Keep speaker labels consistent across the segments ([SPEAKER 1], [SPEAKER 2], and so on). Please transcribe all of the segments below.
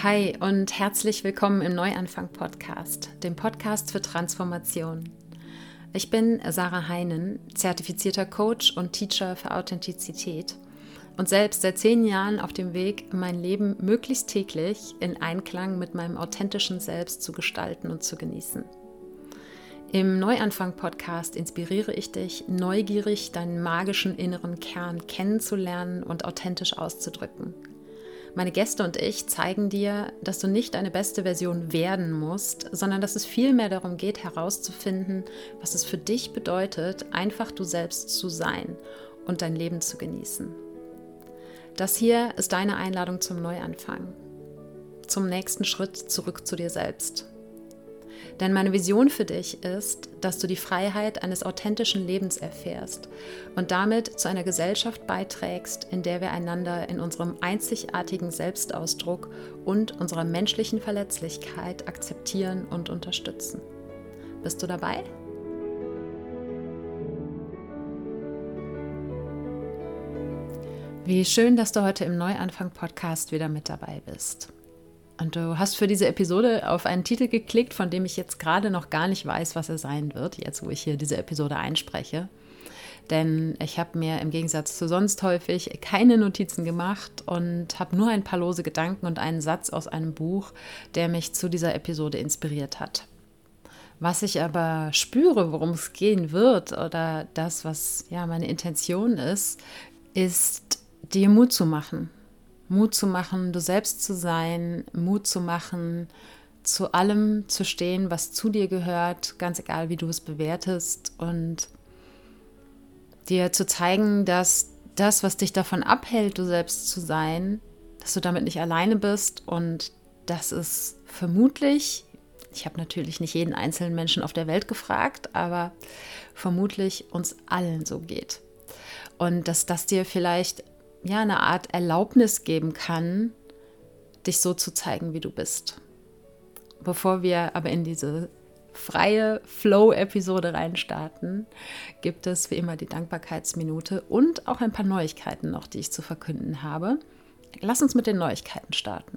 [SPEAKER 1] Hi und herzlich willkommen im Neuanfang-Podcast, dem Podcast für Transformation. Ich bin Sarah Heinen, zertifizierter Coach und Teacher für Authentizität und selbst seit 10 Jahren auf dem Weg, mein Leben möglichst täglich in Einklang mit meinem authentischen Selbst zu gestalten und zu genießen. Im Neuanfang-Podcast inspiriere ich dich, neugierig deinen magischen inneren Kern kennenzulernen und authentisch auszudrücken. Meine Gäste und ich zeigen dir, dass du nicht deine beste Version werden musst, sondern dass es vielmehr darum geht, herauszufinden, was es für dich bedeutet, einfach du selbst zu sein und dein Leben zu genießen. Das hier ist deine Einladung zum Neuanfang, zum nächsten Schritt zurück zu dir selbst. Denn meine Vision für dich ist, dass du die Freiheit eines authentischen Lebens erfährst und damit zu einer Gesellschaft beiträgst, in der wir einander in unserem einzigartigen Selbstausdruck und unserer menschlichen Verletzlichkeit akzeptieren und unterstützen. Bist du dabei? Wie schön, dass du heute im Neuanfang-Podcast wieder mit dabei bist. Und du hast für diese Episode auf einen Titel geklickt, von dem ich jetzt gerade noch gar nicht weiß, was er sein wird, jetzt wo ich hier diese Episode einspreche. Denn ich habe mir im Gegensatz zu sonst häufig keine Notizen gemacht und habe nur ein paar lose Gedanken und einen Satz aus einem Buch, der mich zu dieser Episode inspiriert hat. Was ich aber spüre, worum es gehen wird oder das, was ja meine Intention ist dir Mut zu machen. Mut zu machen, du selbst zu sein, Mut zu machen, zu allem zu stehen, was zu dir gehört, ganz egal, wie du es bewertest, und dir zu zeigen, dass das, was dich davon abhält, du selbst zu sein, dass du damit nicht alleine bist und dass es vermutlich, ich habe natürlich nicht jeden einzelnen Menschen auf der Welt gefragt, aber vermutlich uns allen so geht. Und dass das dir vielleicht eine Art Erlaubnis geben kann, dich so zu zeigen, wie du bist. Bevor wir aber in diese freie Flow-Episode reinstarten, gibt es wie immer die Dankbarkeitsminute und auch ein paar Neuigkeiten noch, die ich zu verkünden habe. Lass uns mit den Neuigkeiten starten.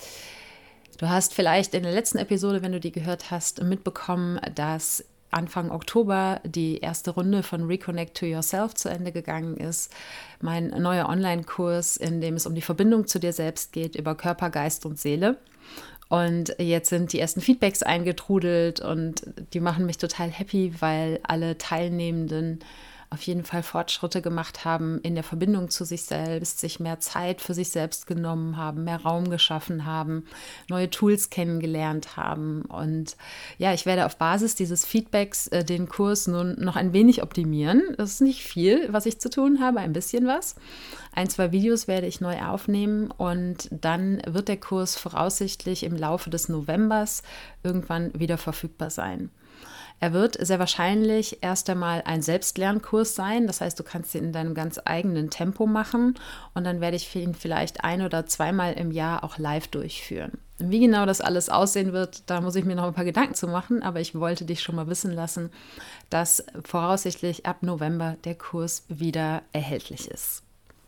[SPEAKER 1] Du hast vielleicht in der letzten Episode, wenn du die gehört hast, mitbekommen, dass Anfang Oktober die erste Runde von Reconnect to Yourself zu Ende gegangen ist. Mein neuer Online-Kurs, in dem es um die Verbindung zu dir selbst geht, über Körper, Geist und Seele. Und jetzt sind die ersten Feedbacks eingetrudelt und die machen mich total happy, weil alle Teilnehmenden auf jeden Fall Fortschritte gemacht haben in der Verbindung zu sich selbst, sich mehr Zeit für sich selbst genommen haben, mehr Raum geschaffen haben, neue Tools kennengelernt haben. Und ja, ich werde auf Basis dieses Feedbacks den Kurs nun noch ein wenig optimieren. Das ist nicht viel, was ich zu tun habe, ein bisschen was. 1, 2 Videos werde ich neu aufnehmen und dann wird der Kurs voraussichtlich im Laufe des Novembers irgendwann wieder verfügbar sein. Er wird sehr wahrscheinlich erst einmal ein Selbstlernkurs sein. Das heißt, du kannst ihn in deinem ganz eigenen Tempo machen und dann werde ich ihn vielleicht 1- oder 2-mal im Jahr auch live durchführen. Wie genau das alles aussehen wird, da muss ich mir noch ein paar Gedanken zu machen, aber ich wollte dich schon mal wissen lassen, dass voraussichtlich ab November der Kurs wieder erhältlich ist.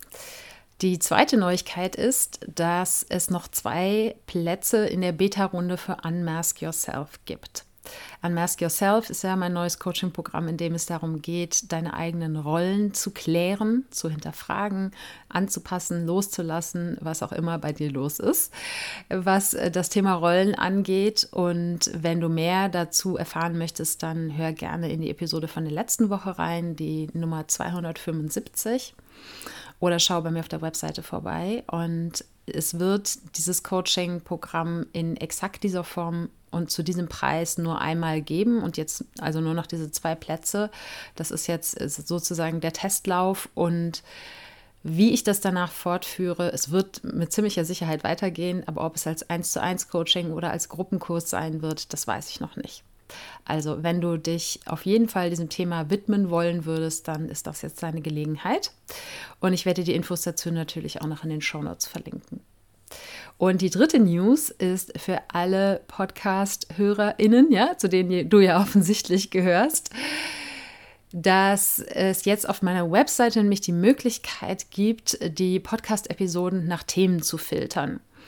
[SPEAKER 1] Die zweite Neuigkeit ist, dass es noch 2 Plätze in der Beta-Runde für Unmask Yourself gibt. Unmask Yourself ist ja mein neues Coaching-Programm, in dem es darum geht, deine eigenen Rollen zu klären, zu hinterfragen, anzupassen, loszulassen, was auch immer bei dir los ist, was das Thema Rollen angeht. Und wenn du mehr dazu erfahren möchtest, dann hör gerne in die Episode von der letzten Woche rein, die Nummer 275. Oder schau bei mir auf der Webseite vorbei. Und es wird dieses Coaching-Programm in exakt dieser Form und zu diesem Preis nur einmal geben und jetzt also nur noch diese 2 Plätze. Das ist jetzt sozusagen der Testlauf und wie ich das danach fortführe, es wird mit ziemlicher Sicherheit weitergehen, aber ob es als 1:1 Coaching oder als Gruppenkurs sein wird, das weiß ich noch nicht. Also wenn du dich auf jeden Fall diesem Thema widmen wollen würdest, dann ist das jetzt deine Gelegenheit. Und ich werde die Infos dazu natürlich auch noch in den Shownotes verlinken. Und die dritte News ist für alle Podcast-HörerInnen, ja, zu denen du ja offensichtlich gehörst, dass es jetzt auf meiner Webseite nämlich die Möglichkeit gibt, die Podcast-Episoden nach Themen zu filtern.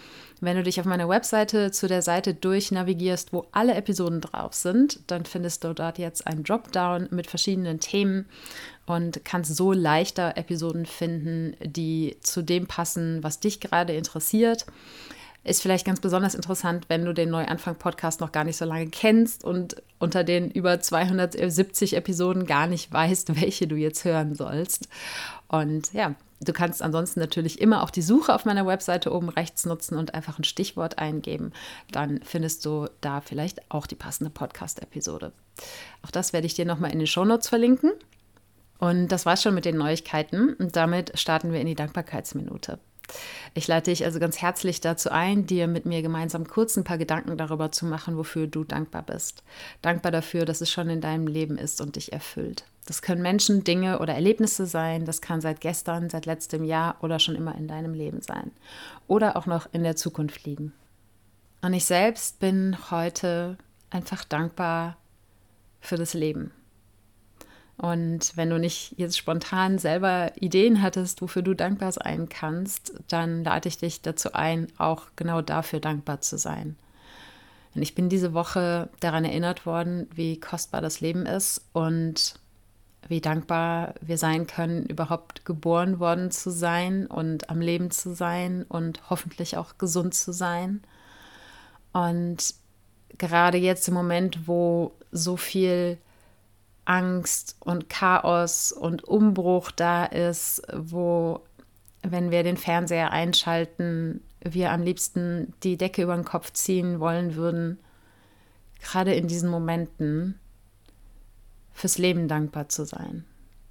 [SPEAKER 1] Wenn du dich auf meiner Webseite zu der Seite durchnavigierst, wo alle Episoden drauf sind, dann findest du dort jetzt einen Dropdown mit verschiedenen Themen und kannst so leichter Episoden finden, die zu dem passen, was dich gerade interessiert. Ist vielleicht ganz besonders interessant, wenn du den Neuanfang-Podcast noch gar nicht so lange kennst und unter den über 270 Episoden gar nicht weißt, welche du jetzt hören sollst. Und ja, du kannst ansonsten natürlich immer auch die Suche auf meiner Webseite oben rechts nutzen und einfach ein Stichwort eingeben. Dann findest du da vielleicht auch die passende Podcast-Episode. Auch das werde ich dir nochmal in den Shownotes verlinken. Und das war's schon mit den Neuigkeiten. Und damit starten wir in die Dankbarkeitsminute. Ich lade dich also ganz herzlich dazu ein, dir mit mir gemeinsam kurz ein paar Gedanken darüber zu machen, wofür du dankbar bist. Dankbar dafür, dass es schon in deinem Leben ist und dich erfüllt. Das können Menschen, Dinge oder Erlebnisse sein. Das kann seit gestern, seit letztem Jahr oder schon immer in deinem Leben sein. Oder auch noch in der Zukunft liegen. Und ich selbst bin heute einfach dankbar für das Leben. Und wenn du nicht jetzt spontan selber Ideen hattest, wofür du dankbar sein kannst, dann lade ich dich dazu ein, auch genau dafür dankbar zu sein. Und ich bin diese Woche daran erinnert worden, wie kostbar das Leben ist und wie dankbar wir sein können, überhaupt geboren worden zu sein und am Leben zu sein und hoffentlich auch gesund zu sein. Und gerade jetzt im Moment, wo so viel Angst und Chaos und Umbruch da ist, wo, wenn wir den Fernseher einschalten, wir am liebsten die Decke über den Kopf ziehen wollen würden, gerade in diesen Momenten fürs Leben dankbar zu sein.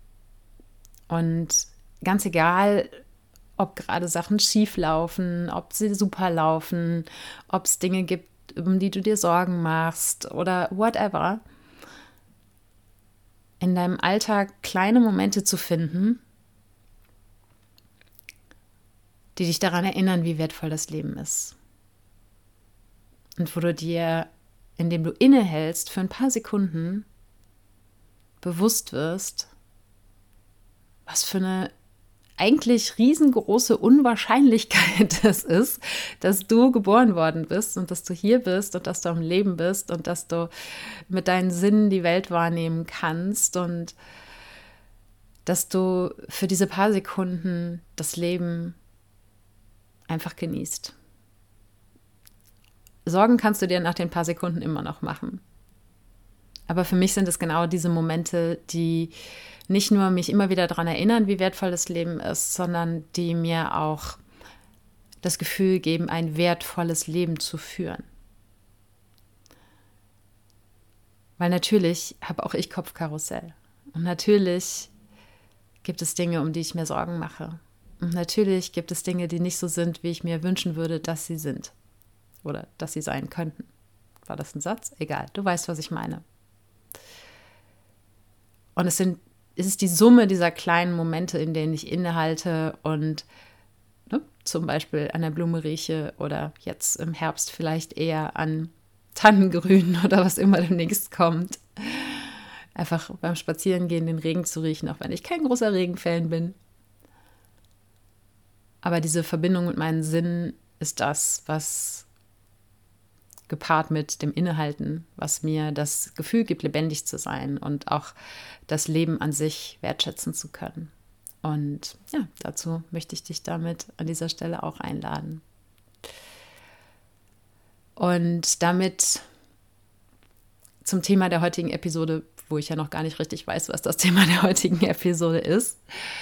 [SPEAKER 1] Und ganz egal, ob gerade Sachen schief laufen, ob sie super laufen, ob es Dinge gibt, um die du dir Sorgen machst oder whatever, in deinem Alltag kleine Momente zu finden, die dich daran erinnern, wie wertvoll das Leben ist. Und wo du dir, indem du innehältst, für ein paar Sekunden bewusst wirst, was für eine eigentlich riesengroße Unwahrscheinlichkeit es ist, dass du geboren worden bist und dass du hier bist und dass du am Leben bist und dass du mit deinen Sinnen die Welt wahrnehmen kannst und dass du für diese paar Sekunden das Leben einfach genießt. Sorgen kannst du dir nach den paar Sekunden immer noch machen. Aber für mich sind es genau diese Momente, die nicht nur mich immer wieder daran erinnern, wie wertvoll das Leben ist, sondern die mir auch das Gefühl geben, ein wertvolles Leben zu führen. Weil natürlich habe auch ich Kopfkarussell. Und natürlich gibt es Dinge, um die ich mir Sorgen mache. Und natürlich gibt es Dinge, die nicht so sind, wie ich mir wünschen würde, dass sie sind. Oder dass sie sein könnten. War das ein Satz? Egal, du weißt, was ich meine. Und es ist die Summe dieser kleinen Momente, in denen ich innehalte und zum Beispiel an der Blume rieche oder jetzt im Herbst vielleicht eher an Tannengrün oder was immer demnächst kommt. Einfach beim Spazierengehen den Regen zu riechen, auch wenn ich kein großer Regenfan bin. Aber diese Verbindung mit meinen Sinnen ist das, was gepaart mit dem Innehalten, was mir das Gefühl gibt, lebendig zu sein und auch das Leben an sich wertschätzen zu können. Und ja, dazu möchte ich dich damit an dieser Stelle auch einladen. Und damit zum Thema der heutigen Episode, wo ich ja noch gar nicht richtig weiß, was das Thema der heutigen Episode ist.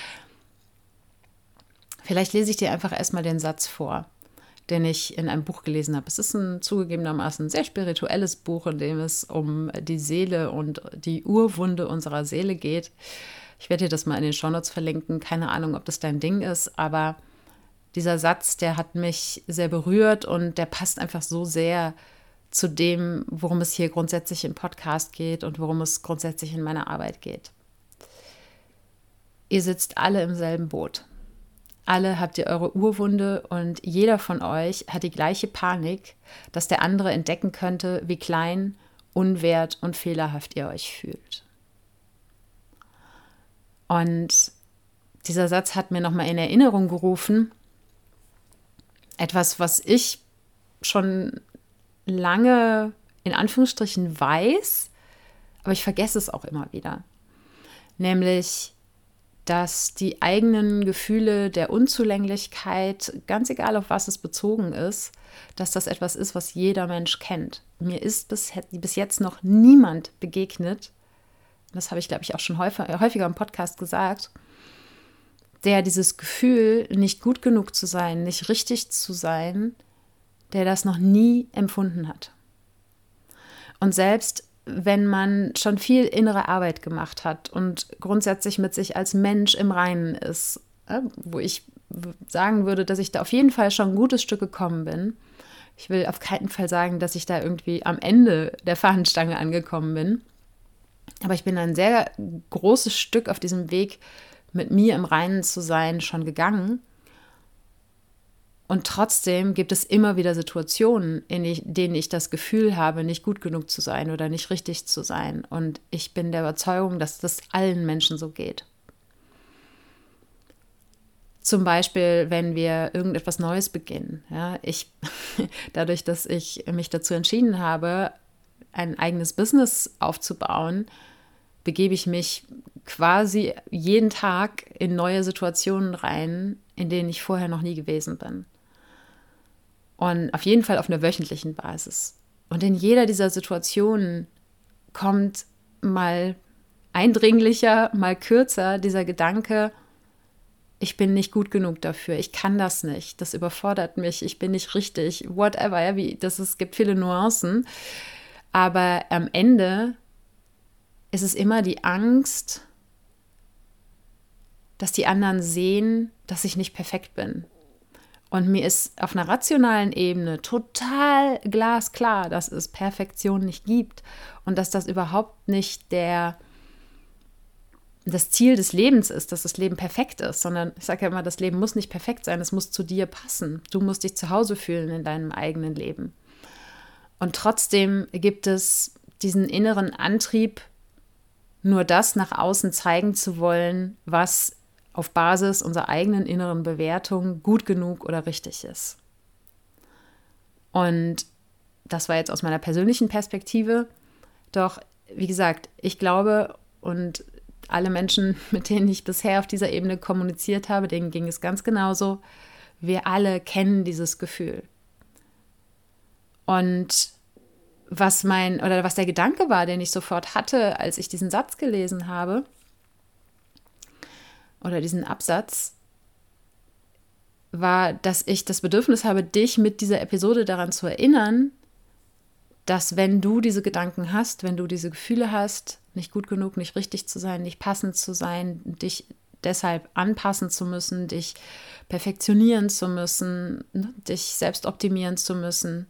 [SPEAKER 1] Vielleicht lese ich dir einfach erstmal den Satz vor, den ich in einem Buch gelesen habe. Es ist ein zugegebenermaßen sehr spirituelles Buch, in dem es um die Seele und die Urwunde unserer Seele geht. Ich werde dir das mal in den Shownotes verlinken. Keine Ahnung, ob das dein Ding ist, aber dieser Satz, der hat mich sehr berührt und der passt einfach so sehr zu dem, worum es hier grundsätzlich im Podcast geht und worum es grundsätzlich in meiner Arbeit geht. Ihr sitzt alle im selben Boot. Alle habt ihr eure Urwunde und jeder von euch hat die gleiche Panik, dass der andere entdecken könnte, wie klein, unwert und fehlerhaft ihr euch fühlt. Und dieser Satz hat mir nochmal in Erinnerung gerufen, etwas, was ich schon lange in Anführungsstrichen weiß, aber ich vergesse es auch immer wieder. Nämlich, dass die eigenen Gefühle der Unzulänglichkeit, ganz egal auf was es bezogen ist, dass das etwas ist, was jeder Mensch kennt. Mir ist bis jetzt noch niemand begegnet, das habe ich, glaube ich, auch schon häufiger im Podcast gesagt, der dieses Gefühl, nicht gut genug zu sein, nicht richtig zu sein, der das noch nie empfunden hat. Und selbst wenn man schon viel innere Arbeit gemacht hat und grundsätzlich mit sich als Mensch im Reinen ist, wo ich sagen würde, dass ich da auf jeden Fall schon ein gutes Stück gekommen bin. Ich will auf keinen Fall sagen, dass ich da irgendwie am Ende der Fahnenstange angekommen bin. Aber ich bin ein sehr großes Stück auf diesem Weg, mit mir im Reinen zu sein, schon gegangen. Und trotzdem gibt es immer wieder Situationen, in denen ich das Gefühl habe, nicht gut genug zu sein oder nicht richtig zu sein. Und ich bin der Überzeugung, dass das allen Menschen so geht. Zum Beispiel, wenn wir irgendetwas Neues beginnen. Ja, dadurch, dass ich mich dazu entschieden habe, ein eigenes Business aufzubauen, begebe ich mich quasi jeden Tag in neue Situationen rein, in denen ich vorher noch nie gewesen bin. Und auf jeden Fall auf einer wöchentlichen Basis. Und in jeder dieser Situationen kommt mal eindringlicher, mal kürzer dieser Gedanke, ich bin nicht gut genug dafür, ich kann das nicht, das überfordert mich, ich bin nicht richtig, whatever. Ja, es gibt viele Nuancen. Aber am Ende ist es immer die Angst, dass die anderen sehen, dass ich nicht perfekt bin. Und mir ist auf einer rationalen Ebene total glasklar, dass es Perfektion nicht gibt und dass das überhaupt nicht das Ziel des Lebens ist, dass das Leben perfekt ist, sondern ich sage ja immer, das Leben muss nicht perfekt sein, es muss zu dir passen. Du musst dich zu Hause fühlen in deinem eigenen Leben. Und trotzdem gibt es diesen inneren Antrieb, nur das nach außen zeigen zu wollen, was auf Basis unserer eigenen inneren Bewertung gut genug oder richtig ist. Und das war jetzt aus meiner persönlichen Perspektive. Doch, wie gesagt, ich glaube, und alle Menschen, mit denen ich bisher auf dieser Ebene kommuniziert habe, denen ging es ganz genauso. Wir alle kennen dieses Gefühl. Und was der Gedanke war, den ich sofort hatte, als ich diesen Satz gelesen habe, oder diesen Absatz, war, dass ich das Bedürfnis habe, dich mit dieser Episode daran zu erinnern, dass wenn du diese Gedanken hast, wenn du diese Gefühle hast, nicht gut genug, nicht richtig zu sein, nicht passend zu sein, dich deshalb anpassen zu müssen, dich perfektionieren zu müssen, dich selbst optimieren zu müssen,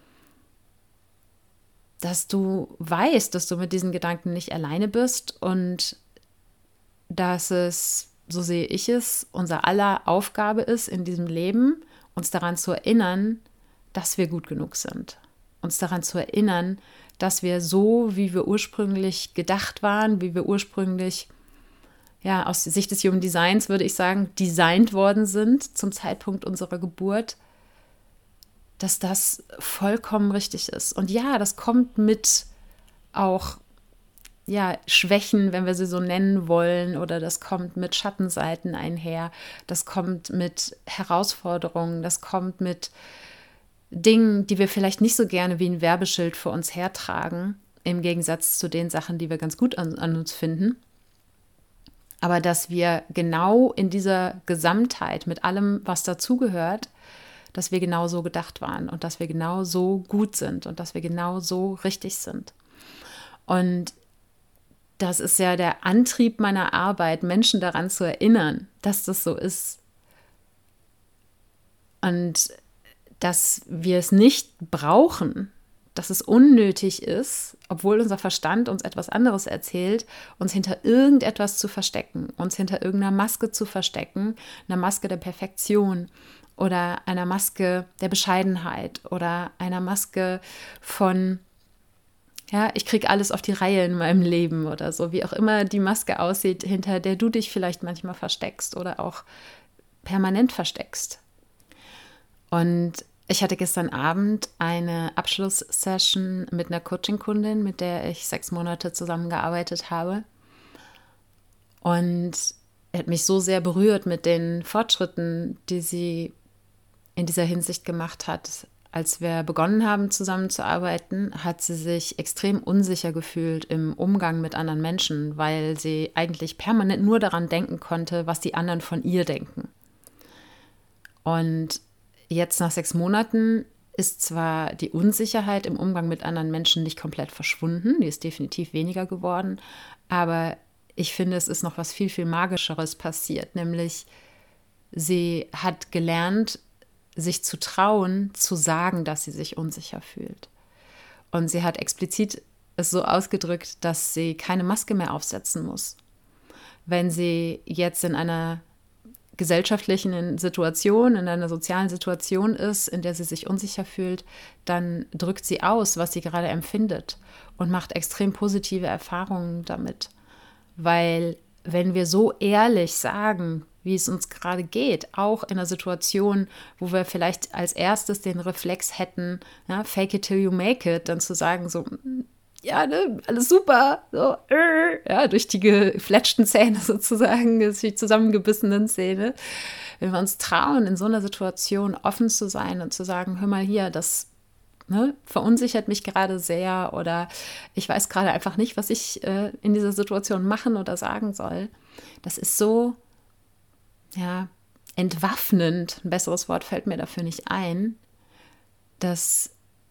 [SPEAKER 1] dass du weißt, dass du mit diesen Gedanken nicht alleine bist und dass es, so sehe ich es, unser aller Aufgabe ist in diesem Leben, uns daran zu erinnern, dass wir gut genug sind. Uns daran zu erinnern, dass wir so, wie wir ursprünglich gedacht waren, wie wir ursprünglich, ja, aus der Sicht des Human Designs würde ich sagen, designt worden sind zum Zeitpunkt unserer Geburt, dass das vollkommen richtig ist. Und ja, das kommt mit auch Schwächen, wenn wir sie so nennen wollen, oder das kommt mit Schattenseiten einher, das kommt mit Herausforderungen, das kommt mit Dingen, die wir vielleicht nicht so gerne wie ein Werbeschild vor uns hertragen, im Gegensatz zu den Sachen, die wir ganz gut an uns finden. Aber dass wir genau in dieser Gesamtheit mit allem, was dazugehört, dass wir genau so gedacht waren und dass wir genau so gut sind und dass wir genau so richtig sind. Und das ist ja der Antrieb meiner Arbeit, Menschen daran zu erinnern, dass das so ist. Und dass wir es nicht brauchen, dass es unnötig ist, obwohl unser Verstand uns etwas anderes erzählt, uns hinter irgendetwas zu verstecken, uns hinter irgendeiner Maske zu verstecken, einer Maske der Perfektion oder einer Maske der Bescheidenheit oder einer Maske von ich kriege alles auf die Reihe in meinem Leben oder so, wie auch immer die Maske aussieht, hinter der du dich vielleicht manchmal versteckst oder auch permanent versteckst. Und Ich hatte gestern Abend eine Abschlusssession mit einer Coaching-Kundin, mit der ich 6 Monate zusammengearbeitet habe. Und er hat mich so sehr berührt mit den Fortschritten, die sie in dieser Hinsicht gemacht hat. Als wir begonnen haben, zusammenzuarbeiten, hat sie sich extrem unsicher gefühlt im Umgang mit anderen Menschen, weil sie eigentlich permanent nur daran denken konnte, was die anderen von ihr denken. Und jetzt nach 6 Monaten ist zwar die Unsicherheit im Umgang mit anderen Menschen nicht komplett verschwunden, die ist definitiv weniger geworden, aber ich finde, es ist noch was viel, viel Magischeres passiert, nämlich sie hat gelernt, sich zu trauen, zu sagen, dass sie sich unsicher fühlt. Und sie hat explizit es so ausgedrückt, dass sie keine Maske mehr aufsetzen muss. Wenn sie jetzt in einer gesellschaftlichen Situation, in einer sozialen Situation ist, in der sie sich unsicher fühlt, dann drückt sie aus, was sie gerade empfindet und macht extrem positive Erfahrungen damit. Weil wenn wir so ehrlich sagen, wie es uns gerade geht, auch in einer Situation, wo wir vielleicht als erstes den Reflex hätten, ja, fake it till you make it, dann zu sagen so, ja, ne, alles super, so, ja, durch die gefletschten Zähne sozusagen, durch die zusammengebissenen Zähne. Wenn wir uns trauen, in so einer Situation offen zu sein und zu sagen, hör mal hier, das verunsichert mich gerade sehr oder ich weiß gerade einfach nicht, was ich in dieser Situation machen oder sagen soll. Das ist so, ja, entwaffnend, ein besseres Wort fällt mir dafür nicht ein, dass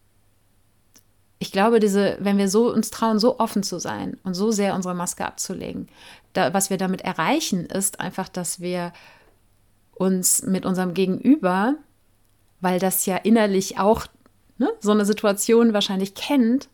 [SPEAKER 1] ich glaube, wenn wir so uns trauen, so offen zu sein und so sehr unsere Maske abzulegen, was wir damit erreichen, ist einfach, dass wir uns mit unserem Gegenüber, weil das ja innerlich auch so eine Situation wahrscheinlich kennt,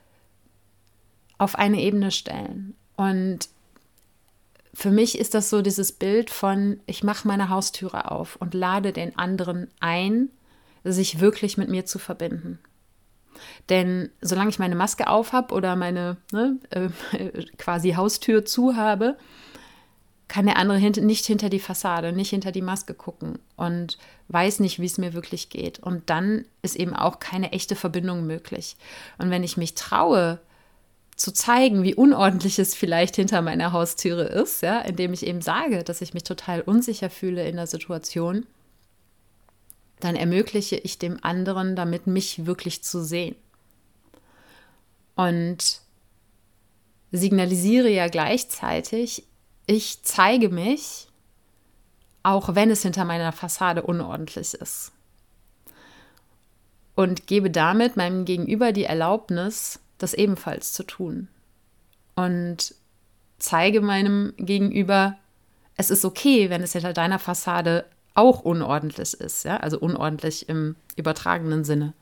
[SPEAKER 1] auf eine Ebene stellen. Und für mich ist das so dieses Bild von, ich mache meine Haustüre auf und lade den anderen ein, sich wirklich mit mir zu verbinden. Denn solange ich meine Maske auf habe oder meine quasi Haustür zu habe, kann der andere nicht hinter die Fassade, nicht hinter die Maske gucken und weiß nicht, wie es mir wirklich geht. Und dann ist eben auch keine echte Verbindung möglich. Und wenn ich mich traue, zu zeigen, wie unordentlich es vielleicht hinter meiner Haustüre ist, ja, indem ich eben sage, dass ich mich total unsicher fühle in der Situation, dann ermögliche ich dem anderen damit, mich wirklich zu sehen. Und signalisiere ja gleichzeitig, ich zeige mich, auch wenn es hinter meiner Fassade unordentlich ist. Und gebe damit meinem Gegenüber die Erlaubnis, das ebenfalls zu tun. Und zeige meinem Gegenüber, es ist okay, wenn es hinter deiner Fassade auch unordentlich ist, ja? Also unordentlich im übertragenen Sinne.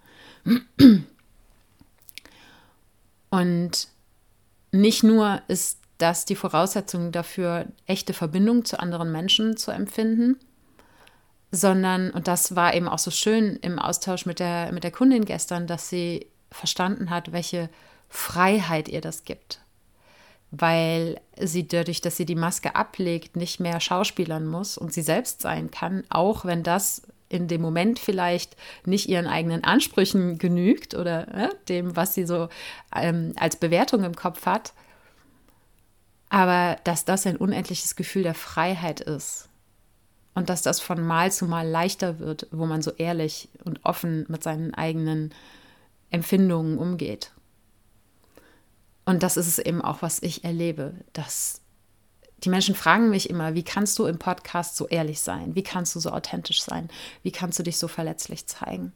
[SPEAKER 1] Und nicht nur ist das die Voraussetzung dafür, echte Verbindung zu anderen Menschen zu empfinden, sondern, und das war eben auch so schön im Austausch mit der Kundin gestern, dass sie verstanden hat, welche Freiheit ihr das gibt. Weil sie dadurch, dass sie die Maske ablegt, nicht mehr schauspielern muss und sie selbst sein kann, auch wenn das in dem Moment vielleicht nicht ihren eigenen Ansprüchen genügt oder dem, was sie so als Bewertung im Kopf hat. Aber dass das ein unendliches Gefühl der Freiheit ist und dass das von Mal zu Mal leichter wird, wo man so ehrlich und offen mit seinen eigenen Empfindungen umgeht. Und das ist es eben auch, was ich erlebe, dass die Menschen fragen mich immer, wie kannst du im Podcast so ehrlich sein? Wie kannst du so authentisch sein? Wie kannst du dich so verletzlich zeigen?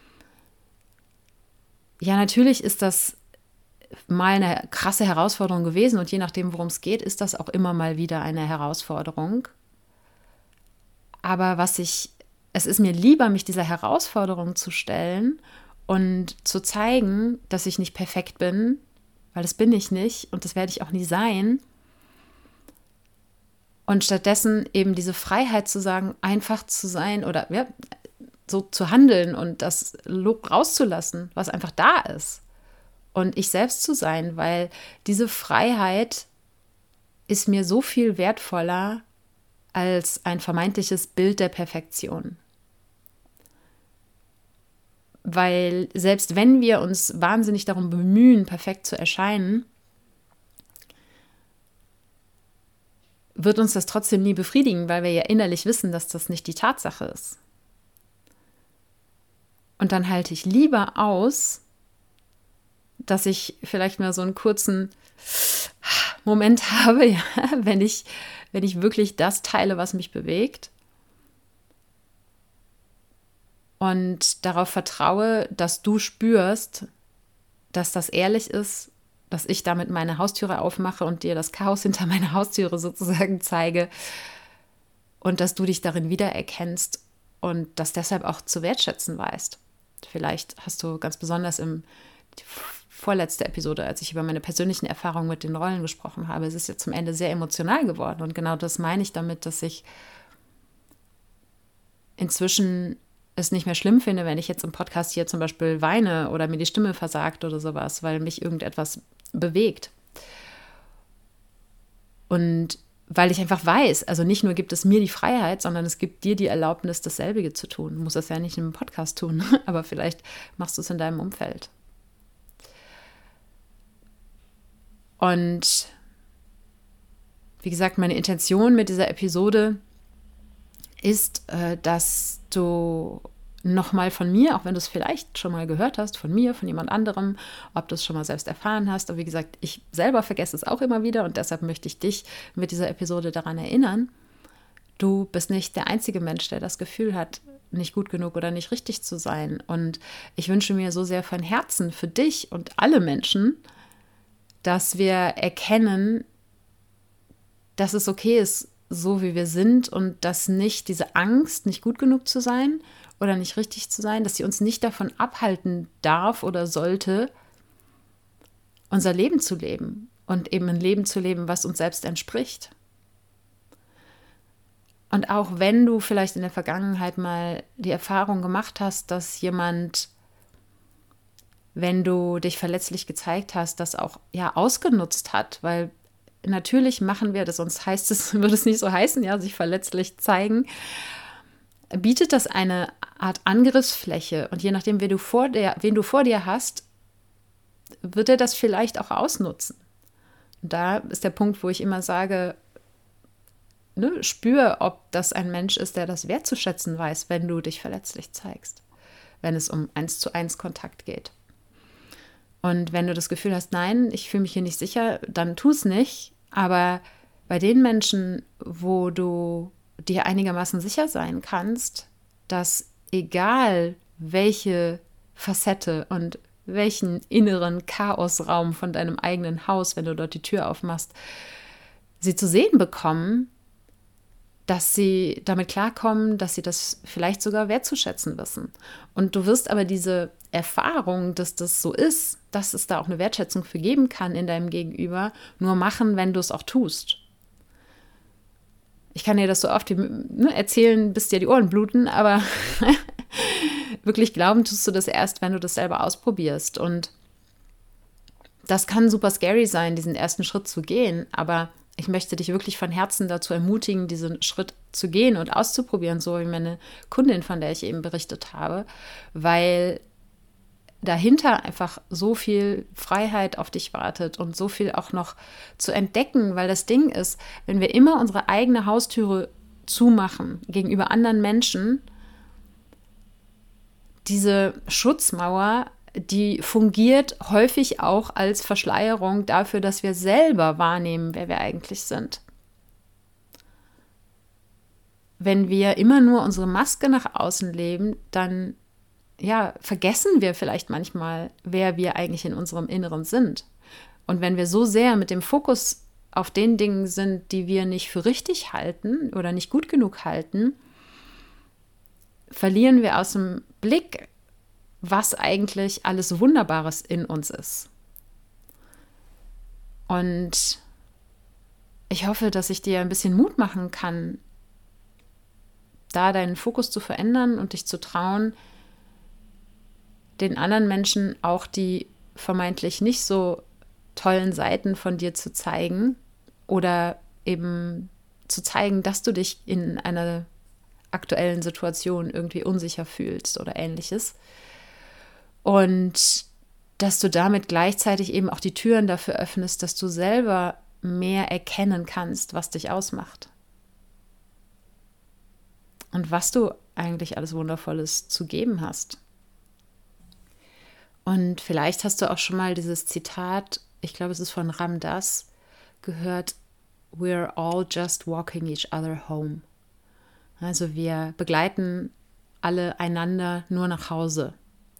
[SPEAKER 1] Ja, natürlich ist das mal eine krasse Herausforderung gewesen und je nachdem, worum es geht, ist das auch immer mal wieder eine Herausforderung. Aber es ist mir lieber, mich dieser Herausforderung zu stellen und zu zeigen, dass ich nicht perfekt bin, weil das bin ich nicht und das werde ich auch nie sein. Und stattdessen eben diese Freiheit zu sagen, einfach zu sein oder ja, so zu handeln und das rauszulassen, was einfach da ist. Und ich selbst zu sein, weil diese Freiheit ist mir so viel wertvoller als ein vermeintliches Bild der Perfektion. Weil selbst wenn wir uns wahnsinnig darum bemühen, perfekt zu erscheinen, wird uns das trotzdem nie befriedigen, weil wir ja innerlich wissen, dass das nicht die Tatsache ist. Und dann halte ich lieber aus, dass ich vielleicht mal so einen kurzen Moment habe, ja, wenn ich wirklich das teile, was mich bewegt. Und darauf vertraue, dass du spürst, dass das ehrlich ist, dass ich damit meine Haustüre aufmache und dir das Chaos hinter meiner Haustüre sozusagen zeige und dass du dich darin wiedererkennst und das deshalb auch zu wertschätzen weißt. Vielleicht hast du ganz besonders die vorletzte Episode, als ich über meine persönlichen Erfahrungen mit den Rollen gesprochen habe, es ist jetzt zum Ende sehr emotional geworden und genau das meine ich damit, dass ich inzwischen es nicht mehr schlimm finde, wenn ich jetzt im Podcast hier zum Beispiel weine oder mir die Stimme versagt oder sowas, weil mich irgendetwas bewegt. Und weil ich einfach weiß, also nicht nur gibt es mir die Freiheit, sondern es gibt dir die Erlaubnis, dasselbe zu tun. Du musst das ja nicht in einem Podcast tun, aber vielleicht machst du es in deinem Umfeld. Und wie gesagt, meine Intention mit dieser Episode ist, dass du nochmal von mir, auch wenn du es vielleicht schon mal gehört hast, von mir, von jemand anderem, ob du es schon mal selbst erfahren hast. Aber wie gesagt, ich selber vergesse es auch immer wieder und deshalb möchte ich dich mit dieser Episode daran erinnern, du bist nicht der einzige Mensch, der das Gefühl hat, nicht gut genug oder nicht richtig zu sein. Und ich wünsche mir so sehr von Herzen für dich und alle Menschen, dass wir erkennen, dass es okay ist, so wie wir sind und dass nicht diese Angst, nicht gut genug zu sein oder nicht richtig zu sein, dass sie uns nicht davon abhalten darf oder sollte, unser Leben zu leben und eben ein Leben zu leben, was uns selbst entspricht. Und auch wenn du vielleicht in der Vergangenheit mal die Erfahrung gemacht hast, dass jemand, wenn du dich verletzlich gezeigt hast, das auch ja ausgenutzt hat, weil natürlich machen wir das, sonst würde es nicht so heißen, ja, sich verletzlich zeigen, bietet das eine Art Angriffsfläche und je nachdem, wen du vor dir hast, wird er das vielleicht auch ausnutzen. Und da ist der Punkt, wo ich immer sage, ne, spür, ob das ein Mensch ist, der das wertzuschätzen weiß, wenn du dich verletzlich zeigst, wenn es um 1:1 Kontakt geht. Und wenn du das Gefühl hast, nein, ich fühle mich hier nicht sicher, dann tu es nicht. Aber bei den Menschen, wo du dir einigermaßen sicher sein kannst, dass egal welche Facette und welchen inneren Chaosraum von deinem eigenen Haus, wenn du dort die Tür aufmachst, sie zu sehen bekommen, dass sie damit klarkommen, dass sie das vielleicht sogar wertzuschätzen wissen. Und du wirst aber diese Erfahrung, dass das so ist, dass es da auch eine Wertschätzung für geben kann in deinem Gegenüber, nur machen, wenn du es auch tust. Ich kann dir das so oft erzählen, bis dir die Ohren bluten, aber wirklich glauben tust du das erst, wenn du das selber ausprobierst. Und das kann super scary sein, diesen ersten Schritt zu gehen, aber ich möchte dich wirklich von Herzen dazu ermutigen, diesen Schritt zu gehen und auszuprobieren, so wie meine Kundin, von der ich eben berichtet habe, weil dahinter einfach so viel Freiheit auf dich wartet und so viel auch noch zu entdecken, weil das Ding ist, wenn wir immer unsere eigene Haustüre zumachen gegenüber anderen Menschen, diese Schutzmauer, die fungiert häufig auch als Verschleierung dafür, dass wir selber wahrnehmen, wer wir eigentlich sind. Wenn wir immer nur unsere Maske nach außen leben, dann vergessen wir vielleicht manchmal, wer wir eigentlich in unserem Inneren sind. Und wenn wir so sehr mit dem Fokus auf den Dingen sind, die wir nicht für richtig halten oder nicht gut genug halten, verlieren wir aus dem Blick, was eigentlich alles Wunderbares in uns ist. Und ich hoffe, dass ich dir ein bisschen Mut machen kann, da deinen Fokus zu verändern und dich zu trauen, den anderen Menschen auch die vermeintlich nicht so tollen Seiten von dir zu zeigen oder eben zu zeigen, dass du dich in einer aktuellen Situation irgendwie unsicher fühlst oder ähnliches. Und dass du damit gleichzeitig eben auch die Türen dafür öffnest, dass du selber mehr erkennen kannst, was dich ausmacht. Und was du eigentlich alles Wundervolles zu geben hast. Und vielleicht hast du auch schon mal dieses Zitat, ich glaube, es ist von Ram Dass, gehört: We're all just walking each other home. Also wir begleiten alle einander nur nach Hause.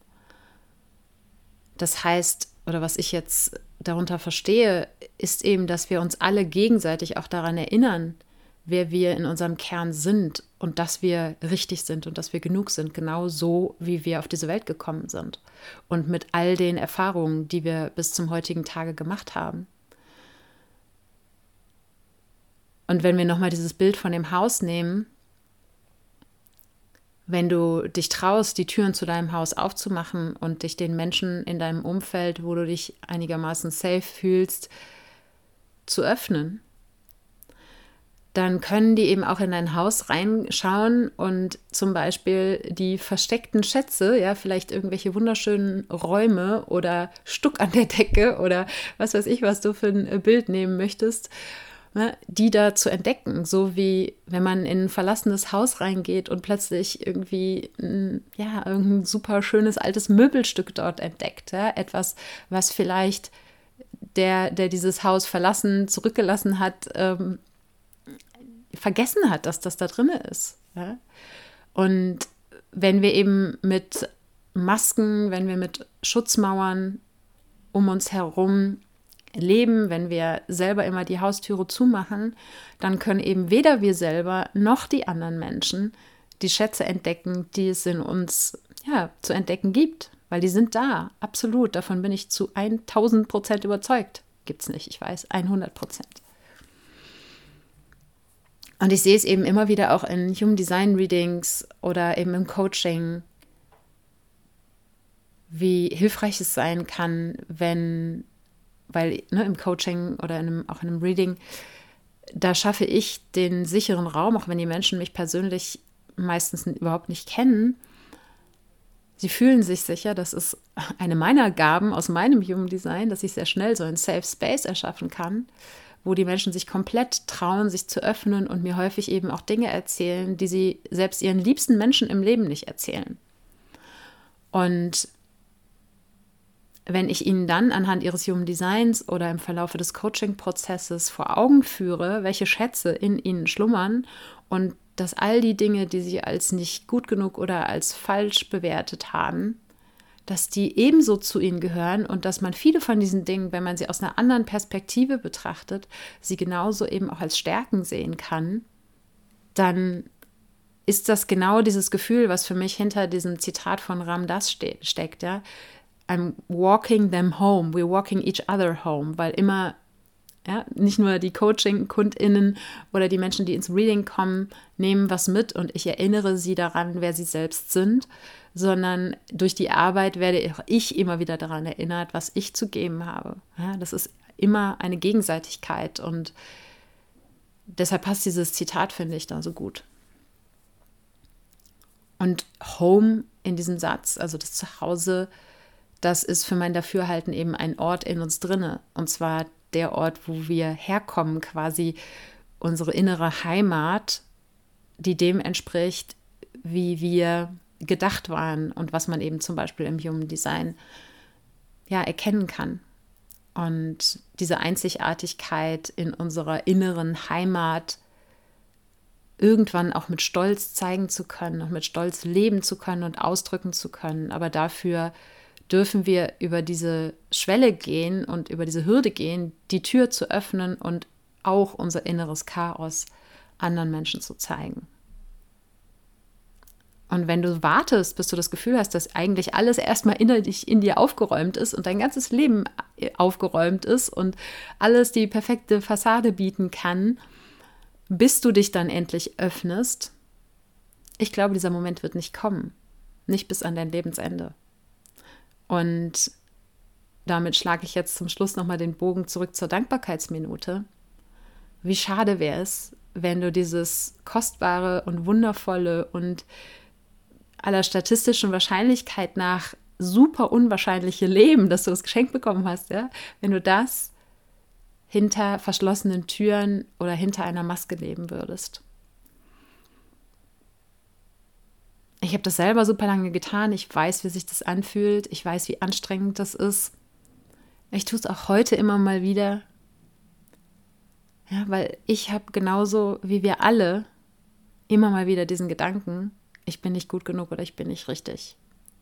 [SPEAKER 1] Das heißt, oder was ich jetzt darunter verstehe, ist eben, dass wir uns alle gegenseitig auch daran erinnern, wer wir in unserem Kern sind und dass wir richtig sind und dass wir genug sind, genau so, wie wir auf diese Welt gekommen sind und mit all den Erfahrungen, die wir bis zum heutigen Tage gemacht haben. Und wenn wir nochmal dieses Bild von dem Haus nehmen, wenn du dich traust, die Türen zu deinem Haus aufzumachen und dich den Menschen in deinem Umfeld, wo du dich einigermaßen safe fühlst, zu öffnen, dann können die eben auch in dein Haus reinschauen und zum Beispiel die versteckten Schätze, ja, vielleicht irgendwelche wunderschönen Räume oder Stuck an der Decke oder was weiß ich, was du für ein Bild nehmen möchtest, ne, die da zu entdecken. So wie wenn man in ein verlassenes Haus reingeht und plötzlich irgendwie irgendein super schönes altes Möbelstück dort entdeckt. Ja, etwas, was vielleicht der dieses Haus zurückgelassen hat, vergessen hat, dass das da drin ist. Ja? Und wenn wir eben mit Masken, wenn wir mit Schutzmauern um uns herum leben, wenn wir selber immer die Haustüre zumachen, dann können eben weder wir selber noch die anderen Menschen die Schätze entdecken, die es in uns zu entdecken gibt. Weil die sind da, absolut. Davon bin ich zu 1000% überzeugt. Gibt's nicht, ich weiß, 100%. Und ich sehe es eben immer wieder auch in Human Design Readings oder eben im Coaching, wie hilfreich es sein kann, weil im Coaching oder auch in einem Reading, da schaffe ich den sicheren Raum, auch wenn die Menschen mich persönlich meistens überhaupt nicht kennen. Sie fühlen sich sicher, das ist eine meiner Gaben aus meinem Human Design, dass ich sehr schnell so einen Safe Space erschaffen kann, wo die Menschen sich komplett trauen, sich zu öffnen und mir häufig eben auch Dinge erzählen, die sie selbst ihren liebsten Menschen im Leben nicht erzählen. Und wenn ich ihnen dann anhand ihres Human Designs oder im Verlauf des Coaching-Prozesses vor Augen führe, welche Schätze in ihnen schlummern und dass all die Dinge, die sie als nicht gut genug oder als falsch bewertet haben, dass die ebenso zu ihnen gehören und dass man viele von diesen Dingen, wenn man sie aus einer anderen Perspektive betrachtet, sie genauso eben auch als Stärken sehen kann, dann ist das genau dieses Gefühl, was für mich hinter diesem Zitat von Ram Dass steckt. Ja? I'm walking them home, we're walking each other home, weil immer nicht nur die Coaching-KundInnen oder die Menschen, die ins Reading kommen, nehmen was mit und ich erinnere sie daran, wer sie selbst sind, sondern durch die Arbeit werde auch ich immer wieder daran erinnert, was ich zu geben habe. Ja, das ist immer eine Gegenseitigkeit und deshalb passt dieses Zitat, finde ich, da so gut. Und Home in diesem Satz, also das Zuhause, das ist für mein Dafürhalten eben ein Ort in uns drinne, und zwar der Ort, wo wir herkommen, quasi unsere innere Heimat, die dem entspricht, wie wir gedacht waren und was man eben zum Beispiel im Human Design erkennen kann. Und diese Einzigartigkeit in unserer inneren Heimat irgendwann auch mit Stolz zeigen zu können und mit Stolz leben zu können und ausdrücken zu können. Aber dafür dürfen wir über diese Schwelle gehen und über diese Hürde gehen, die Tür zu öffnen und auch unser inneres Chaos anderen Menschen zu zeigen. Und wenn du wartest, bis du das Gefühl hast, dass eigentlich alles erstmal innerlich in dir aufgeräumt ist und dein ganzes Leben aufgeräumt ist und alles die perfekte Fassade bieten kann, bis du dich dann endlich öffnest, ich glaube, dieser Moment wird nicht kommen. Nicht bis an dein Lebensende. Und damit schlage ich jetzt zum Schluss nochmal den Bogen zurück zur Dankbarkeitsminute. Wie schade wäre es, wenn du dieses kostbare und wundervolle und aller statistischen Wahrscheinlichkeit nach super unwahrscheinliche Leben, dass du das geschenkt bekommen hast, ja, wenn du das hinter verschlossenen Türen oder hinter einer Maske leben würdest. Ich habe das selber super lange getan. Ich weiß, wie sich das anfühlt. Ich weiß, wie anstrengend das ist. Ich tue es auch heute immer mal wieder. Ja, weil ich habe genauso wie wir alle immer mal wieder diesen Gedanken, ich bin nicht gut genug oder ich bin nicht richtig.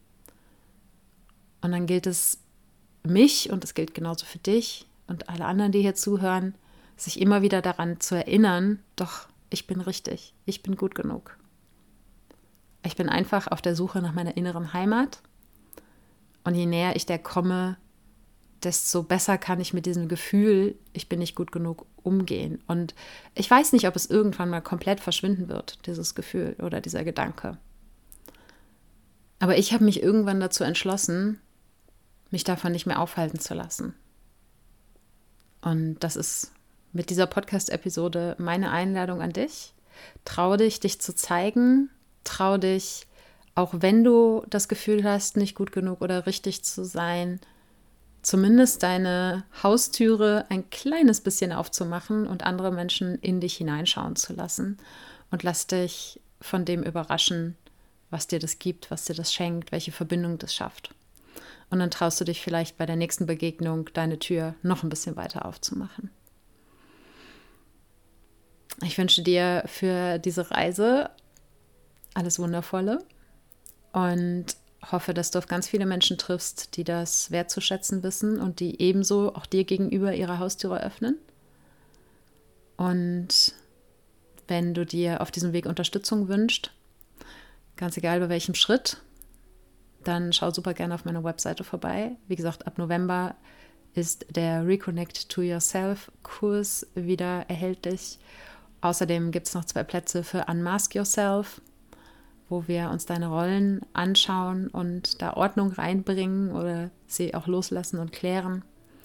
[SPEAKER 1] Und dann gilt es mich, und es gilt genauso für dich und alle anderen, die hier zuhören, sich immer wieder daran zu erinnern, doch, ich bin richtig, ich bin gut genug. Ich bin einfach auf der Suche nach meiner inneren Heimat, und je näher ich der komme, desto besser kann ich mit diesem Gefühl, ich bin nicht gut genug, umgehen. Und ich weiß nicht, ob es irgendwann mal komplett verschwinden wird, dieses Gefühl oder dieser Gedanke. Aber ich habe mich irgendwann dazu entschlossen, mich davon nicht mehr aufhalten zu lassen. Und das ist mit dieser Podcast-Episode meine Einladung an dich. Trau dich, dich zu zeigen. Trau dich, auch wenn du das Gefühl hast, nicht gut genug oder richtig zu sein, zumindest deine Haustüre ein kleines bisschen aufzumachen und andere Menschen in dich hineinschauen zu lassen. Und lass dich von dem überraschen, was dir das gibt, was dir das schenkt, welche Verbindung das schafft. Und dann traust du dich vielleicht bei der nächsten Begegnung, deine Tür noch ein bisschen weiter aufzumachen. Ich wünsche dir für diese Reise alles Wundervolle und hoffe, dass du auf ganz viele Menschen triffst, die das wertzuschätzen wissen und die ebenso auch dir gegenüber ihre Haustüre öffnen. Und wenn du dir auf diesem Weg Unterstützung wünschst, ganz egal bei welchem Schritt, dann schau super gerne auf meiner Webseite vorbei. Wie gesagt, ab November ist der Reconnect to Yourself Kurs wieder erhältlich. Außerdem gibt es noch 2 Plätze für Unmask Yourself, wo wir uns deine Rollen anschauen und da Ordnung reinbringen oder sie auch loslassen und klären.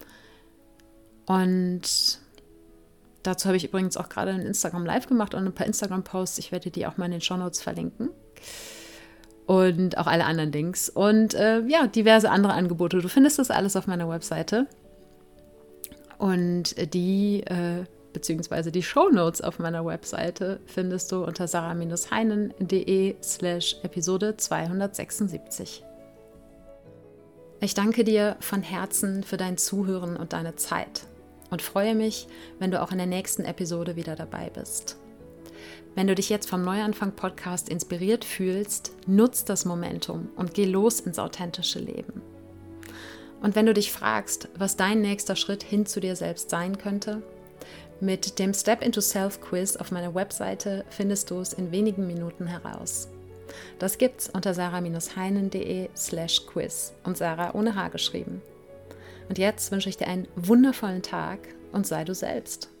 [SPEAKER 1] Und dazu habe ich übrigens auch gerade ein Instagram Live gemacht und ein paar Instagram-Posts. Ich werde die auch mal in den Shownotes verlinken. Und auch alle anderen Links. Und diverse andere Angebote. Du findest das alles auf meiner Webseite. Und beziehungsweise die Shownotes auf meiner Webseite findest du unter sarah-heinen.de/Episode 276. Ich danke dir von Herzen für dein Zuhören und deine Zeit und freue mich, wenn du auch in der nächsten Episode wieder dabei bist. Wenn du dich jetzt vom Neuanfang-Podcast inspiriert fühlst, nutz das Momentum und geh los ins authentische Leben. Und wenn du dich fragst, was dein nächster Schritt hin zu dir selbst sein könnte, mit dem Step into Self Quiz auf meiner Webseite findest du es in wenigen Minuten heraus. Das gibt's unter sarah-heinen.de/Quiz und Sarah ohne H geschrieben. Und jetzt wünsche ich dir einen wundervollen Tag und sei du selbst.